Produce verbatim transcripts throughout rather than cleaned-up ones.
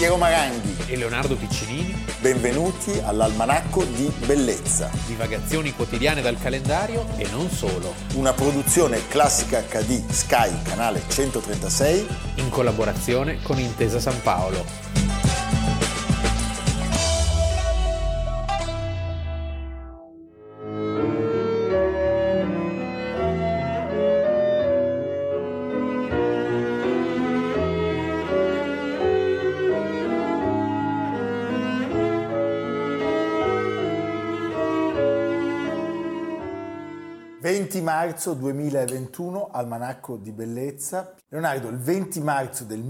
Piero Maranghi e Leonardo Piccinini. Benvenuti all'Almanacco di Bellezza. Divagazioni quotidiane dal calendario e non solo. Una produzione Classica acca di Sky, canale centotrentasei, in collaborazione con Intesa San Paolo. venti marzo duemilaventuno, Almanacco di Bellezza. Leonardo, il venti marzo del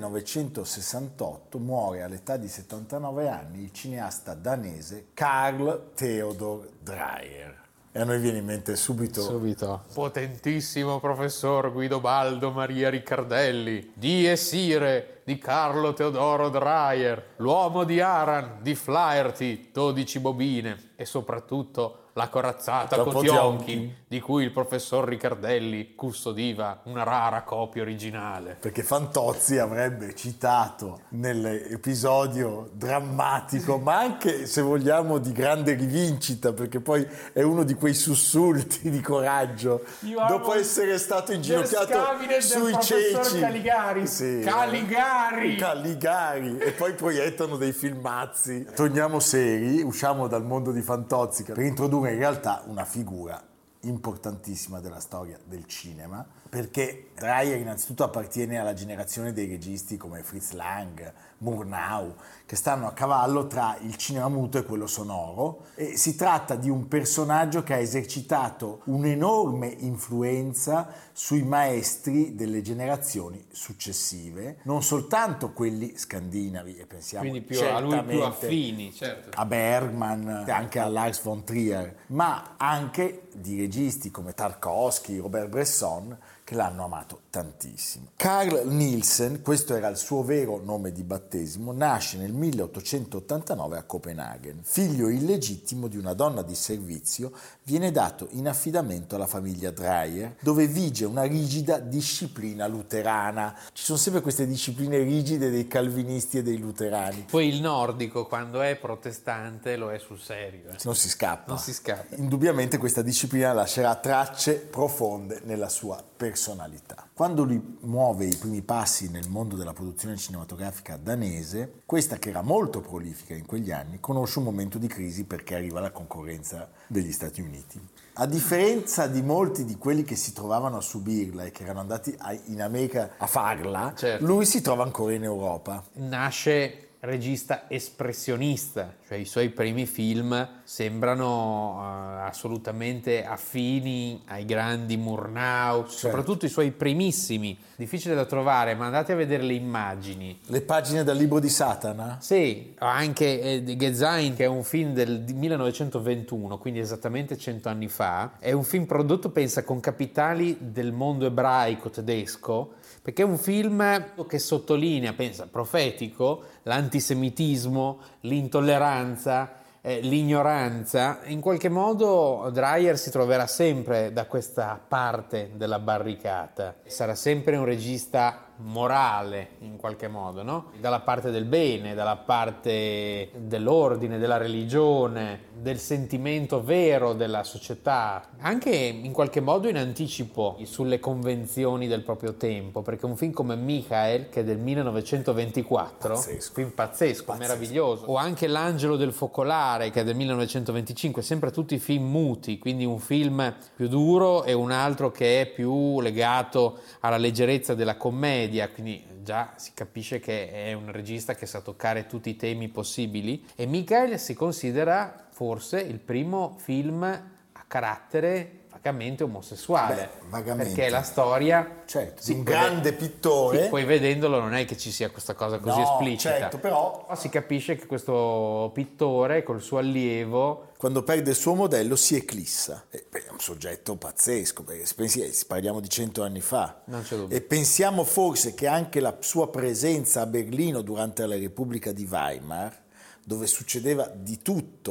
millenovecentosessantotto muore all'età di settantanove anni il cineasta danese Carl Theodor Dreyer. E a noi viene in mente subito... Subito. Potentissimo professor Guidobaldo Maria Riccardelli, Dies Irae di Carlo Teodoro Dreyer, l'uomo di Aran, di Flaherty, dodici bobine e soprattutto la corazzata Potionkin, di cui il professor Riccardelli custodiva una rara copia originale. Perché Fantozzi avrebbe citato nell'episodio drammatico, ma anche, se vogliamo, di grande rivincita, perché poi è uno di quei sussulti di coraggio, dopo essere stato inginocchiato sui ceci. Caligari. Sì, Caligari! Caligari! E poi proiettano dei filmazzi. Torniamo seri, usciamo dal mondo di Fantozzi per introdurre in realtà una figura importantissima della storia del cinema, perché Dreyer innanzitutto appartiene alla generazione dei registi come Fritz Lang, Murnau, che stanno a cavallo tra il cinema muto e quello sonoro, e si tratta di un personaggio che ha esercitato un'enorme influenza sui maestri delle generazioni successive, non soltanto quelli scandinavi, e pensiamo quindi più, a lui più affini, certo, a Bergman, anche a Lars von Trier, ma anche di registi come Tarkovsky, Robert Bresson, che l'hanno amato tantissimo. Carl Nielsen, questo era il suo vero nome di battesimo, nasce nel milleottocentottantanove a Copenaghen. Figlio illegittimo di una donna di servizio, viene dato in affidamento alla famiglia Dreyer, dove vige una rigida disciplina luterana. Ci sono sempre queste discipline rigide dei calvinisti e dei luterani. Poi il nordico, quando è protestante, lo è sul serio. Eh. Non si scappa. Non si scappa. Indubbiamente questa disciplina lascerà tracce profonde nella sua personalità. Quando lui muove i primi passi nel mondo della produzione cinematografica danese, questa, che era molto prolifica in quegli anni, conosce un momento di crisi perché arriva la concorrenza degli Stati Uniti. A differenza di molti di quelli che si trovavano a subirla e che erano andati in America a farla, certo, lui si trova ancora in Europa. Nasce regista espressionista, cioè i suoi primi film sembrano uh, assolutamente affini ai grandi Murnau, certo, soprattutto i suoi primissimi, difficile da trovare, ma andate a vedere le immagini. Le pagine dal libro di Satana? Sì, anche eh, Gezein, che è un film del millenovecentoventuno, quindi esattamente cento anni fa, è un film prodotto, pensa, con capitali del mondo ebraico tedesco, perché è un film che sottolinea, pensa, profetico, l'antisemitismo, l'intolleranza, eh, l'ignoranza. In qualche modo Dreyer si troverà sempre da questa parte della barricata. Sarà sempre un regista morale, in qualche modo, no? Dalla parte del bene, dalla parte dell'ordine, della religione, del sentimento vero della società, anche in qualche modo in anticipo sulle convenzioni del proprio tempo, perché un film come Michael, che è del millenovecentoventiquattro, pazzesco, film pazzesco, pazzesco, meraviglioso, o anche L'angelo del focolare, che è del millenovecentoventicinque, sempre tutti film muti, quindi un film più duro e un altro che è più legato alla leggerezza della commedia, quindi già si capisce che è un regista che sa toccare tutti i temi possibili. E Michael si considera forse il primo film a carattere vagamente omosessuale. Beh, vagamente. Perché la storia, certo, sì, di un grande vede, pittore. Sì, poi vedendolo non è che ci sia questa cosa così no, esplicita. Certo, però si capisce che questo pittore col suo allievo, quando perde il suo modello, si eclissa. È un soggetto pazzesco, perché pensi, parliamo di cento anni fa. Non c'è dubbio. E pensiamo forse che anche la sua presenza a Berlino durante la Repubblica di Weimar, dove succedeva di tutto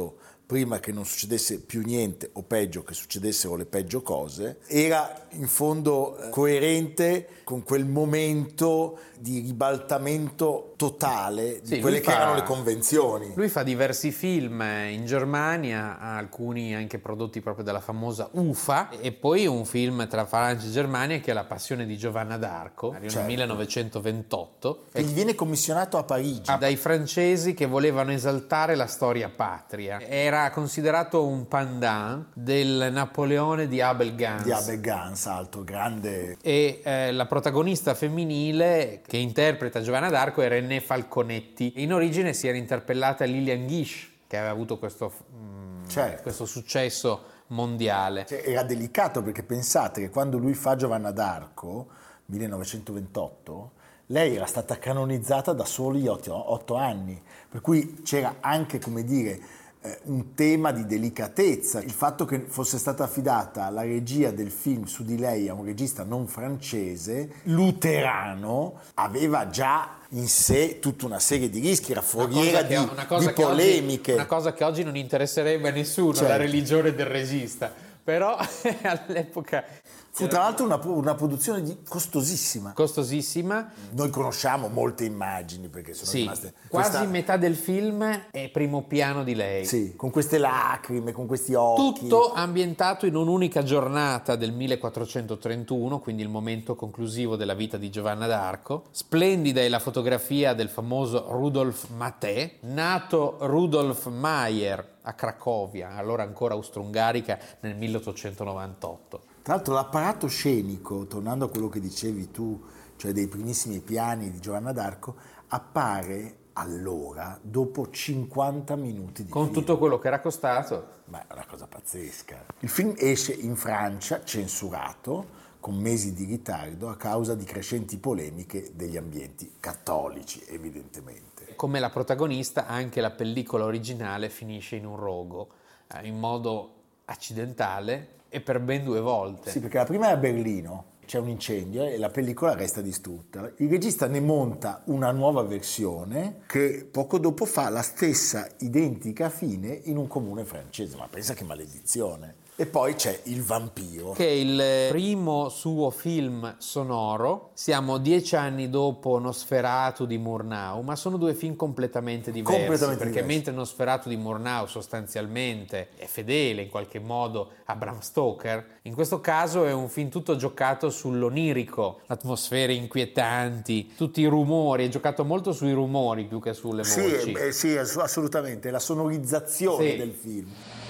prima che non succedesse più niente o peggio che succedessero le peggio cose, era in fondo eh, coerente con quel momento di ribaltamento totale di Sì, quelle lui che fa- erano le convenzioni. Lui fa diversi film in Germania, alcuni anche prodotti proprio dalla famosa U F A, e poi un film tra Francia e Germania che è La passione di Giovanna d'Arco, nel Certo. millenovecentoventotto, E gli viene commissionato a Parigi. dai francesi che volevano esaltare la storia patria. Era considerato un pendant del Napoleone di Abel Gance. Di Abel Gance, altro grande. E eh, la protagonista femminile che interpreta Giovanna d'Arco è René Falconetti. In origine si era interpellata Lillian Gish, che aveva avuto questo, mm, Certo. questo successo mondiale. Cioè, era delicato perché pensate che quando lui fa Giovanna d'Arco, millenovecentoventotto, lei era stata canonizzata da soli otto, otto anni, per cui c'era anche, come dire, eh, un tema di delicatezza. Il fatto che fosse stata affidata la regia del film su di lei a un regista non francese, luterano, aveva già in sé tutta una serie di rischi, era foriera di, una cosa di che polemiche. Oggi, una cosa che oggi non interesserebbe a nessuno, Certo. la religione del regista. Però all'epoca Fu tra l'altro una, una produzione di- costosissima. costosissima. Noi conosciamo molte immagini perché sono Sì, rimaste... quasi questa- metà del film è primo piano di lei. Sì, con queste lacrime, con questi occhi. Tutto ambientato in un'unica giornata del millequattrocentotrentuno, quindi il momento conclusivo della vita di Giovanna d'Arco. Splendida è la fotografia del famoso Rudolf Maté, nato Rudolf Mayer a Cracovia, allora ancora austro-ungarica, nel milleottocentonovantotto. Tra l'altro l'apparato scenico, tornando a quello che dicevi tu, cioè dei primissimi piani di Giovanna d'Arco, appare allora dopo cinquanta minuti di Con film. tutto quello che era costato. Ma è una cosa pazzesca. Il film esce in Francia, censurato, con mesi di ritardo a causa di crescenti polemiche degli ambienti cattolici, evidentemente. Come la protagonista, anche la pellicola originale finisce in un rogo, eh, in modo accidentale e per ben due volte. Sì, perché la prima è a Berlino, c'è un incendio e la pellicola resta distrutta. Il regista ne monta una nuova versione che poco dopo fa la stessa identica fine in un comune francese, ma pensa che maledizione. E poi c'è Il vampiro. Che è il primo suo film sonoro. Siamo dieci anni dopo Nosferatu di Murnau, ma sono due film completamente diversi. Completamente perché diversi. mentre Nosferatu di Murnau sostanzialmente è fedele in qualche modo a Bram Stoker, in questo caso è un film tutto giocato sull'onirico, atmosfere inquietanti, tutti i rumori, è giocato molto sui rumori più che sulle voci. Sì, eh, sì, ass- assolutamente, la sonorizzazione Sì. del film.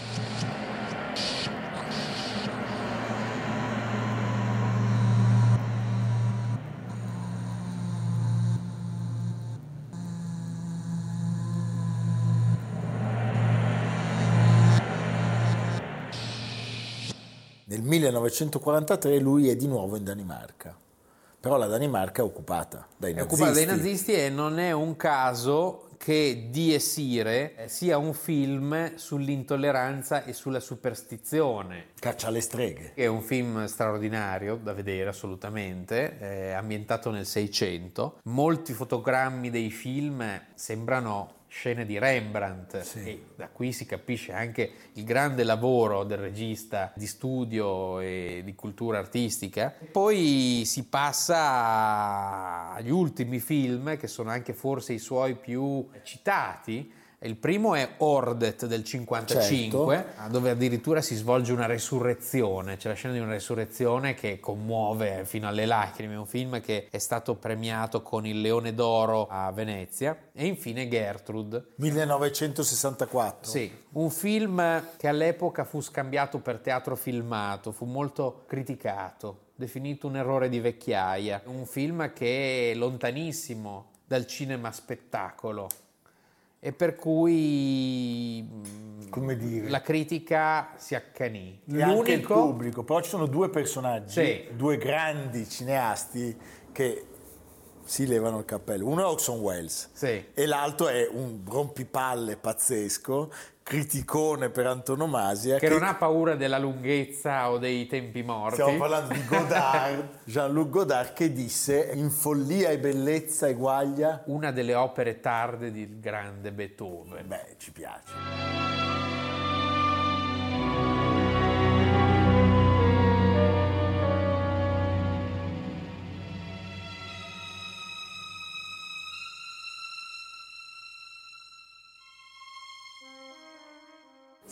Nel millenovecentoquarantatré lui è di nuovo in Danimarca, però la Danimarca è occupata dai È nazisti. occupata dai nazisti e non è un caso che Die Sire sia un film sull'intolleranza e sulla superstizione. Caccia alle streghe. È un film straordinario da vedere assolutamente, è ambientato nel Seicento. Molti fotogrammi dei film sembrano scene di Rembrandt, Sì. e da qui si capisce anche il grande lavoro del regista di studio e di cultura artistica. Poi si passa agli ultimi film che sono anche forse i suoi più citati. Il primo è Ordet del cinquantacinque, Certo. dove addirittura si svolge una resurrezione, c'è la scena di una resurrezione che commuove fino alle lacrime, è un film che è stato premiato con il Leone d'Oro a Venezia. E infine Gertrude. millenovecentosessantaquattro. Sì, un film che all'epoca fu scambiato per teatro filmato, fu molto criticato, definito un errore di vecchiaia, un film che è lontanissimo dal cinema spettacolo. E per cui Come dire, la critica si accanì. e anche il pubblico, però ci sono due personaggi, Sì. due grandi cineasti che si levano il cappello. Uno è Orson Welles, Sì. e l'altro è un rompipalle pazzesco, criticone per antonomasia. che non ha paura della lunghezza o dei tempi morti. Stiamo parlando di Godard, Jean-Luc Godard, che disse: in follia e bellezza eguaglia. Una delle opere tarde del grande Beethoven. Beh, ci piace.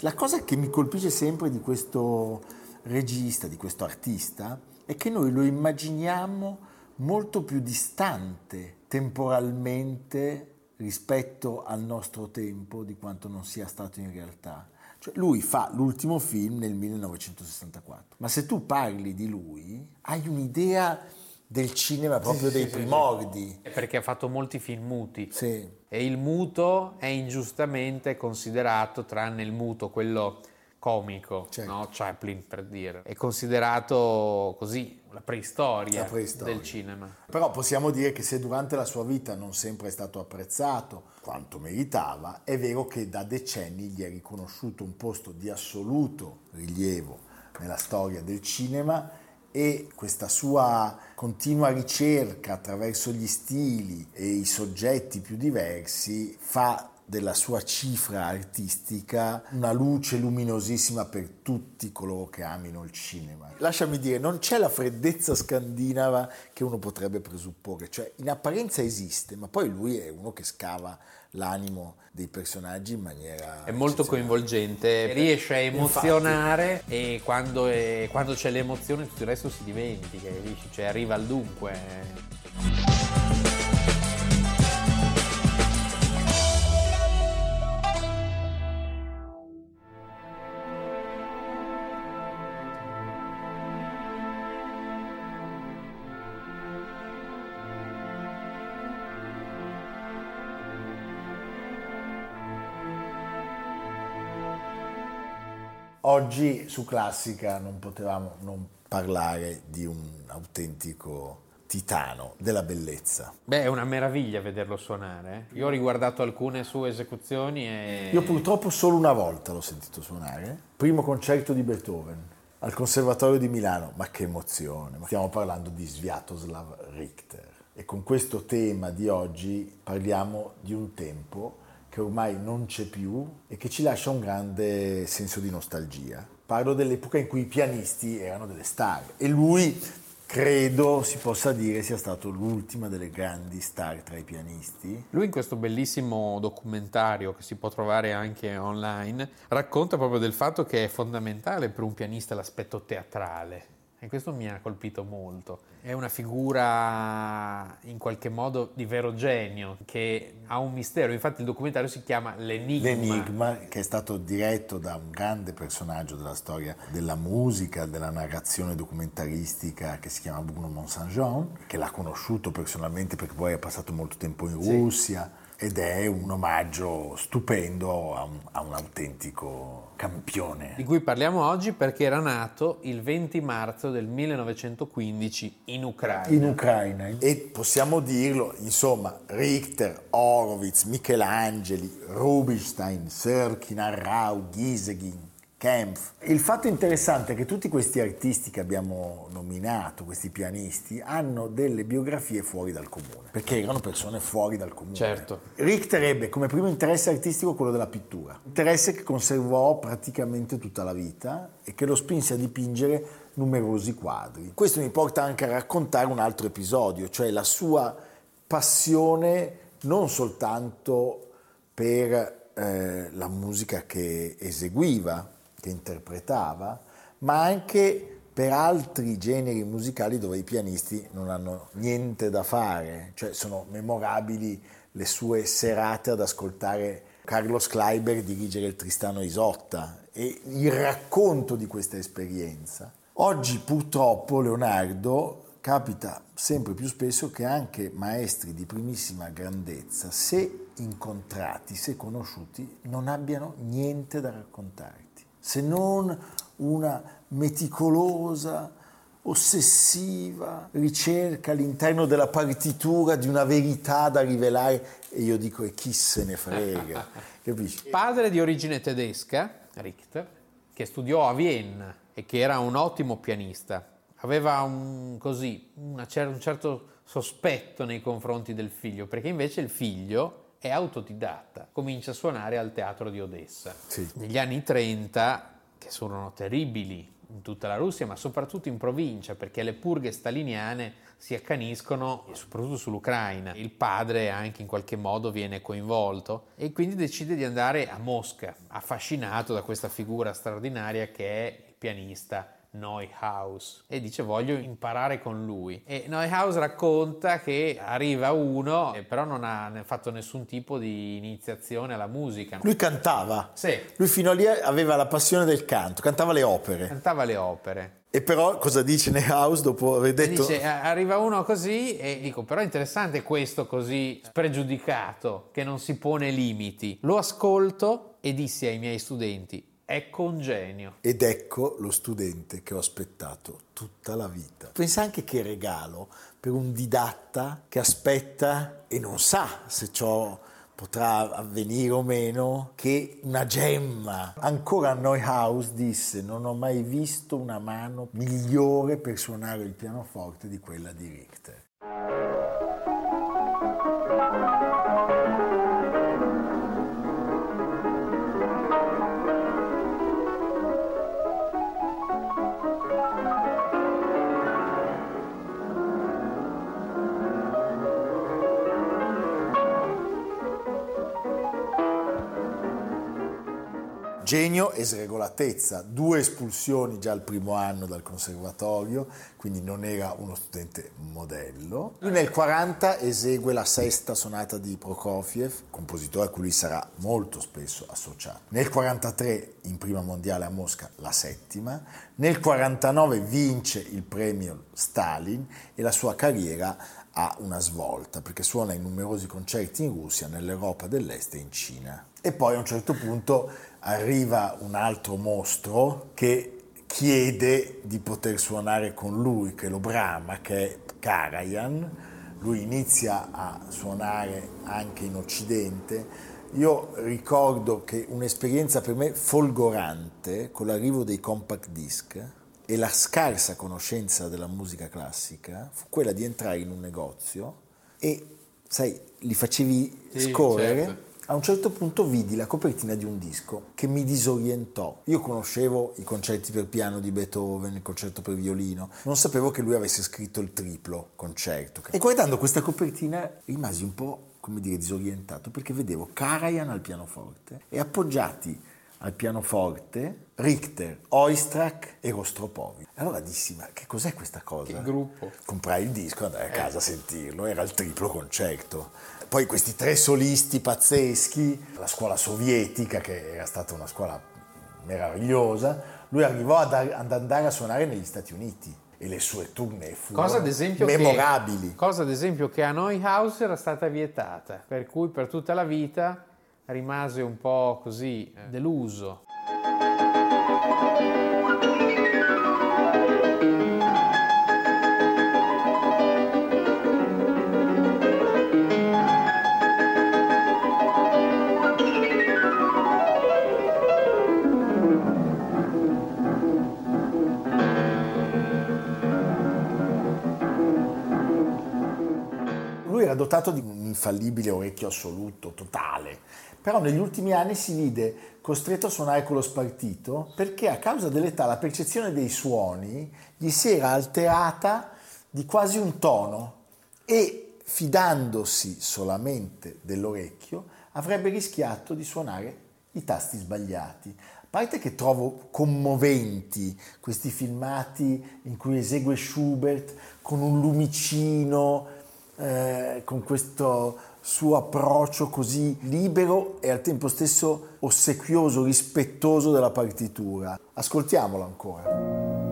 La cosa che mi colpisce sempre di questo regista, di questo artista, è che noi lo immaginiamo molto più distante temporalmente rispetto al nostro tempo di quanto non sia stato in realtà. Cioè, lui fa l'ultimo film nel millenovecentosessantaquattro, ma se tu parli di lui hai un'idea del cinema proprio sì, dei sì, primordi. Sì. Perché ha fatto molti film muti. Sì. E il muto è ingiustamente considerato, tranne il muto, quello comico, certo. no? Chaplin per dire, è considerato così la preistoria, la preistoria del cinema. Però possiamo dire che se durante la sua vita non sempre è stato apprezzato quanto meritava, è vero che da decenni gli è riconosciuto un posto di assoluto rilievo nella storia del cinema, e questa sua continua ricerca attraverso gli stili e i soggetti più diversi fa della sua cifra artistica una luce luminosissima per tutti coloro che amino il cinema. Lasciami dire, non c'è la freddezza scandinava che uno potrebbe presupporre, cioè in apparenza esiste, ma poi lui è uno che scava l'animo dei personaggi in maniera è molto coinvolgente, riesce a emozionare. Infatti. E quando, è, quando c'è l'emozione tutto il resto si dimentica, capisci? Cioè arriva al dunque. Oggi su Classica non potevamo non parlare di un autentico titano della bellezza. Beh, è una meraviglia vederlo suonare. Io ho riguardato alcune sue esecuzioni e... Io purtroppo solo una volta l'ho sentito suonare. Primo concerto di Beethoven al Conservatorio di Milano. Ma che emozione! Stiamo parlando di Sviatoslav Richter. E con questo tema di oggi parliamo di un tempo che ormai non c'è più e che ci lascia un grande senso di nostalgia. Parlo dell'epoca in cui i pianisti erano delle star e lui, credo si possa dire, sia stato l'ultima delle grandi star tra i pianisti. Lui in questo bellissimo documentario che si può trovare anche online racconta proprio del fatto che è fondamentale per un pianista l'aspetto teatrale. E questo mi ha colpito molto. È una figura in qualche modo di vero genio, che ha un mistero. Infatti il documentario si chiama L'Enigma. L'Enigma, che è stato diretto da un grande personaggio della storia della musica, della narrazione documentaristica, che si chiama Bruno Mont-Saint-Jean, che l'ha conosciuto personalmente perché poi ha passato molto tempo in Russia. Sì. Ed è un omaggio stupendo a un, a un autentico campione. Di cui parliamo oggi perché era nato il venti marzo del millenovecentoquindici in Ucraina. In Ucraina. E possiamo dirlo, insomma, Richter, Horowitz, Michelangeli, Rubinstein, Sirkin, Arrau, Gisegin, Kempf. Il fatto interessante è che tutti questi artisti che abbiamo nominato, questi pianisti, hanno delle biografie fuori dal comune, perché erano persone fuori dal comune. Certo. Richter ebbe come primo interesse artistico quello della pittura, interesse che conservò praticamente tutta la vita e che lo spinse a dipingere numerosi quadri. Questo mi porta anche a raccontare un altro episodio, cioè la sua passione non soltanto per eh, la musica che eseguiva, che interpretava, ma anche per altri generi musicali dove i pianisti non hanno niente da fare, cioè sono memorabili le sue serate ad ascoltare Carlos Kleiber dirigere il Tristano e Isotta e il racconto di questa esperienza. Oggi purtroppo, Leonardo, capita sempre più spesso che anche maestri di primissima grandezza, se incontrati, se conosciuti, non abbiano niente da raccontarti, se non una meticolosa, ossessiva ricerca all'interno della partitura di una verità da rivelare, e io dico, e chi se ne frega, capisci? Padre di origine tedesca, Richter, che studiò a Vienna e che era un ottimo pianista, aveva un, così, una cer- un certo sospetto nei confronti del figlio, perché invece il figlio è autodidatta, comincia a suonare al teatro di Odessa. Sì. Negli anni trenta, che sono terribili, in tutta la Russia, ma soprattutto in provincia, perché le purghe staliniane si accaniscono soprattutto sull'Ucraina. Il padre anche in qualche modo viene coinvolto e quindi decide di andare a Mosca, affascinato da questa figura straordinaria che è il pianista Neuhaus, e dice voglio imparare con lui. E Neuhaus racconta che arriva uno e però non ha fatto nessun tipo di iniziazione alla musica. Lui cantava, sì. Lui fino a lì aveva la passione del canto, cantava le opere. Cantava le opere. E però cosa dice Neuhaus dopo aver detto? Dice, arriva uno così e dico, però è interessante questo così spregiudicato, che non si pone limiti. Lo ascolto e dissi ai miei studenti, ecco un genio. Ed ecco lo studente che ho aspettato tutta la vita. Pensa anche che regalo per un didatta che aspetta e non sa se ciò potrà avvenire o meno, che una gemma. Ancora Neuhaus disse, non ho mai visto una mano migliore per suonare il pianoforte di quella di Richter. Genio e sregolatezza, due espulsioni già al primo anno dal conservatorio, quindi non era uno studente modello. Lui nel quaranta esegue la sesta sonata di Prokofiev, compositore a cui lui sarà molto spesso associato. Nel quarantatré, in prima mondiale a Mosca, la settima. Nel quarantanove vince il premio Stalin e la sua carriera ha una svolta, perché suona in numerosi concerti in Russia, nell'Europa dell'Est e in Cina. E poi a un certo punto arriva un altro mostro che chiede di poter suonare con lui, che lo brama, che è Karajan. Lui inizia a suonare anche in Occidente. Io ricordo che un'esperienza per me folgorante con l'arrivo dei compact disc e la scarsa conoscenza della musica classica fu quella di entrare in un negozio e, sai, li facevi sì, scorrere. Certo. A un certo punto vidi la copertina di un disco che mi disorientò. Io conoscevo i concerti per piano di Beethoven, il concerto per violino, non sapevo che lui avesse scritto il triplo concerto. E guardando questa copertina rimasi un po', come dire, disorientato, perché vedevo Karajan al pianoforte e appoggiati al pianoforte Richter, Oistrakh e Rostropovich. Allora dissi, ma che cos'è questa cosa? Che gruppo? Comprai il disco, andai a casa eh. a sentirlo, era il triplo concerto. Poi questi tre solisti pazzeschi, la scuola sovietica, che era stata una scuola meravigliosa, lui arrivò ad, ad andare a suonare negli Stati Uniti e le sue tournée furono cosa, ad esempio, memorabili. Che, cosa ad esempio che a Neuhaus era stata vietata, per cui per tutta la vita rimase un po' così eh, deluso. Lui era dotato di un infallibile orecchio assoluto, totale, però negli ultimi anni si vide costretto a suonare con lo spartito perché a causa dell'età la percezione dei suoni gli si era alterata di quasi un tono e, fidandosi solamente dell'orecchio, avrebbe rischiato di suonare i tasti sbagliati. A parte che trovo commoventi questi filmati in cui esegue Schubert con un lumicino, eh, con questo suo approccio così libero e al tempo stesso ossequioso, rispettoso della partitura. Ascoltiamolo ancora.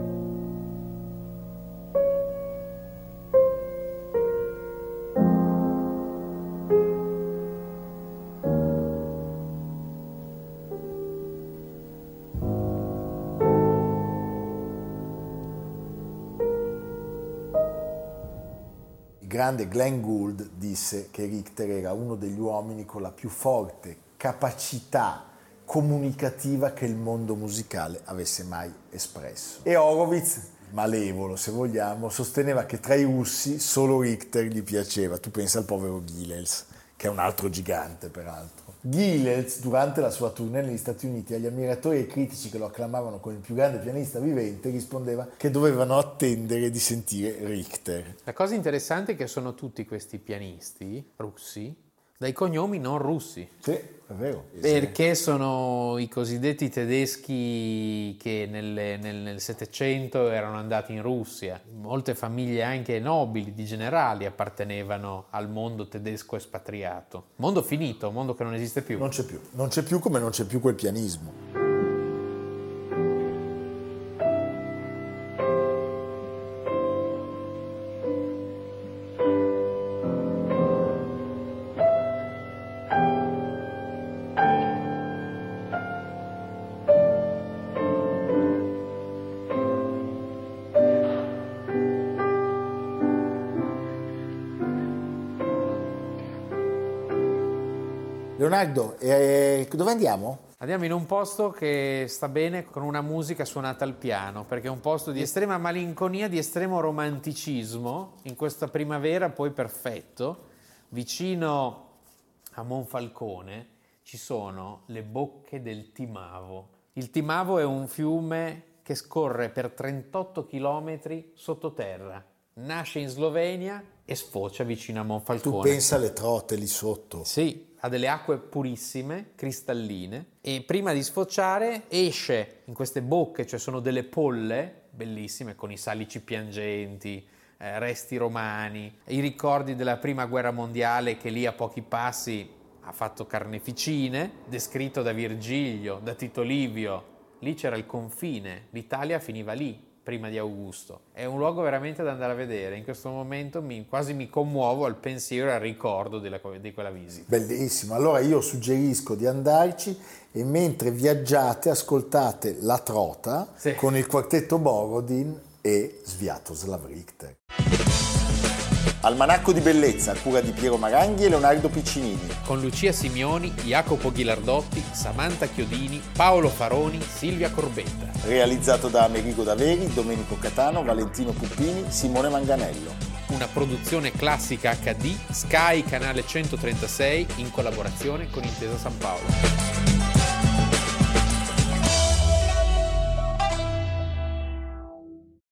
Il grande Glenn Gould disse che Richter era uno degli uomini con la più forte capacità comunicativa che il mondo musicale avesse mai espresso. E Horowitz, malevolo se vogliamo, sosteneva che tra i russi solo Richter gli piaceva. Tu pensa al povero Gilels, che è un altro gigante peraltro. Gilels, durante la sua tournée negli Stati Uniti, agli ammiratori e critici che lo acclamavano come il più grande pianista vivente, rispondeva che dovevano attendere di sentire Richter. La cosa interessante è che sono tutti questi pianisti russi dai cognomi non russi. Sì, è vero. Perché sono i cosiddetti tedeschi che nelle, nel, nel Settecento erano andati in Russia. Molte famiglie anche nobili, di generali, appartenevano al mondo tedesco espatriato. Mondo finito, mondo che non esiste più. Non c'è più. Non c'è più come non c'è più quel pianismo. Leonardo, eh, dove andiamo? Andiamo in un posto che sta bene con una musica suonata al piano, perché è un posto di estrema malinconia, di estremo romanticismo, in questa primavera poi perfetto. Vicino a Monfalcone ci sono le bocche del Timavo. Il Timavo è un fiume che scorre per trentotto chilometri sottoterra. Nasce in Slovenia e sfocia vicino a Monfalcone. Tu pensa alle trote lì sotto. Sì, ha delle acque purissime, cristalline, e prima di sfociare esce in queste bocche, cioè sono delle polle bellissime con i salici piangenti, eh, resti romani, i ricordi della prima guerra mondiale che lì a pochi passi ha fatto carneficine, descritto da Virgilio, da Tito Livio. Lì c'era il confine, l'Italia finiva lì, prima di Augusto. È un luogo veramente da andare a vedere. In questo momento mi, quasi mi commuovo al pensiero e al ricordo della, di quella visita. Bellissimo. Allora io suggerisco di andarci e mentre viaggiate ascoltate La Trota, sì, con il quartetto Borodin e Sviatoslav Richter. Almanacco di bellezza a cura di Piero Maranghi e Leonardo Piccinini. Con Lucia Simioni, Jacopo Ghilardotti, Samantha Chiodini, Paolo Faroni, Silvia Corbetta. Realizzato da Amerigo Daveri, Domenico Catano, Valentino Puppini, Simone Manganello. Una produzione classica acca di Sky Canale centotrentasei in collaborazione con Intesa San Paolo.